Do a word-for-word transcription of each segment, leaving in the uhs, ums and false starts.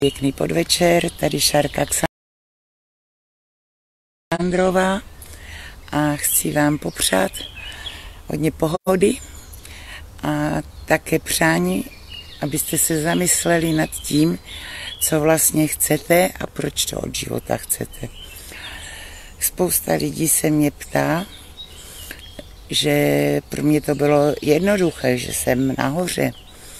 Pěkný podvečer, tady Šárka Ksandrová a chci vám popřát hodně pohody a také přání, abyste se zamysleli nad tím, co vlastně chcete a proč to od života chcete. Spousta lidí se mě ptá, že pro mě to bylo jednoduché, že jsem nahoře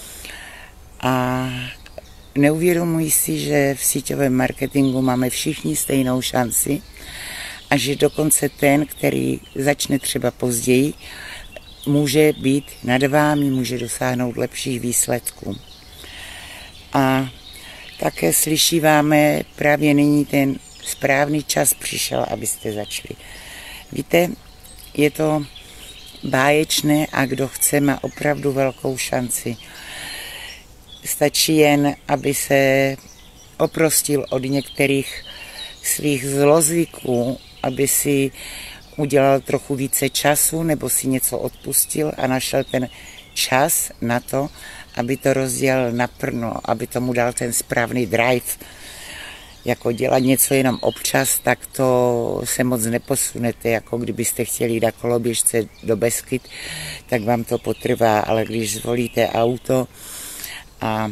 a neuvědomují si, že v síťovém marketingu máme všichni stejnou šanci a že dokonce ten, který začne třeba později, může být nad vámi, může dosáhnout lepších výsledků. A také slyšíváme, právě nyní ten správný čas přišel, abyste začali. Víte, je to báječné a kdo chce, má opravdu velkou šanci. Stačí jen, aby se oprostil od některých svých zlozvyků, aby si udělal trochu více času nebo si něco odpustil a našel ten čas na to, aby to rozdělal naplno, aby tomu dal ten správný drive. Jako dělat něco jenom občas, tak to se moc neposunete, jako kdybyste chtěli jít na koloběžce do Beskyt, tak vám to potrvá, ale když zvolíte auto a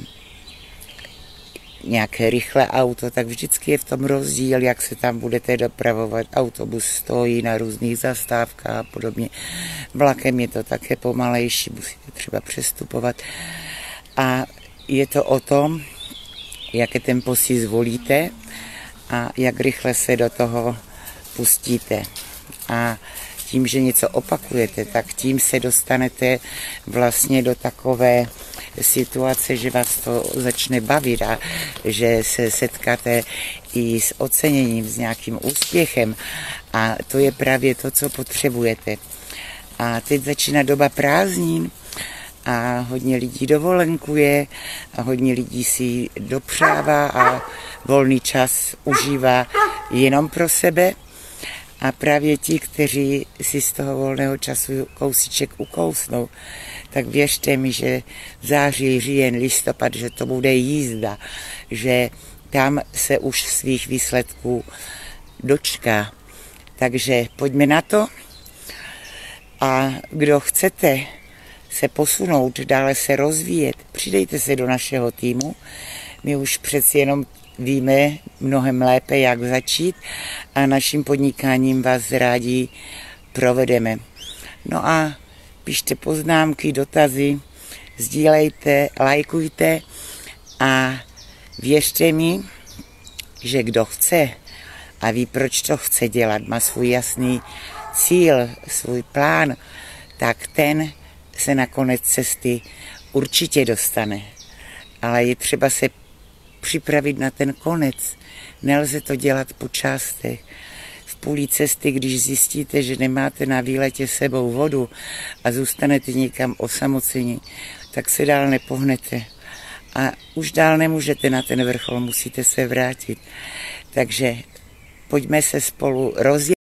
nějaké rychlé auto, tak vždycky je v tom rozdíl, jak se tam budete dopravovat. Autobus stojí na různých zastávkách a podobně. Vlakem je to také pomalejší, musíte třeba přestupovat. A je to o tom, jaké tempo si zvolíte a jak rychle se do toho pustíte. A tím, že něco opakujete, tak tím se dostanete vlastně do takové situace, že vás to začne bavit a že se setkáte i s oceněním, s nějakým úspěchem. A to je právě to, co potřebujete. A teď začíná doba prázdnin a hodně lidí dovolenkuje a hodně lidí si dopřává a volný čas užívá jenom pro sebe. A právě ti, kteří si z toho volného času kousíček ukousnou, tak věřte mi, že září, říjen, listopad, že to bude jízda, že tam se už svých výsledků dočká. Takže pojďme na to a kdo chcete se posunout, dále se rozvíjet, přidejte se do našeho týmu. My už přeci jenom víme mnohem lépe, jak začít a naším podnikáním vás rádi provedeme. No a pište poznámky, dotazy, sdílejte, lajkujte a věřte mi, že kdo chce a ví, proč to chce dělat, má svůj jasný cíl, svůj plán, tak ten se na konec cesty určitě dostane. Ale je třeba se připravit na ten konec. Nelze to dělat po částech. V půli cesty, když zjistíte, že nemáte na výletě sebou vodu a zůstanete někam osamoceni, tak se dál nepohnete. A už dál nemůžete na ten vrchol, musíte se vrátit. Takže pojďme se spolu rozjet.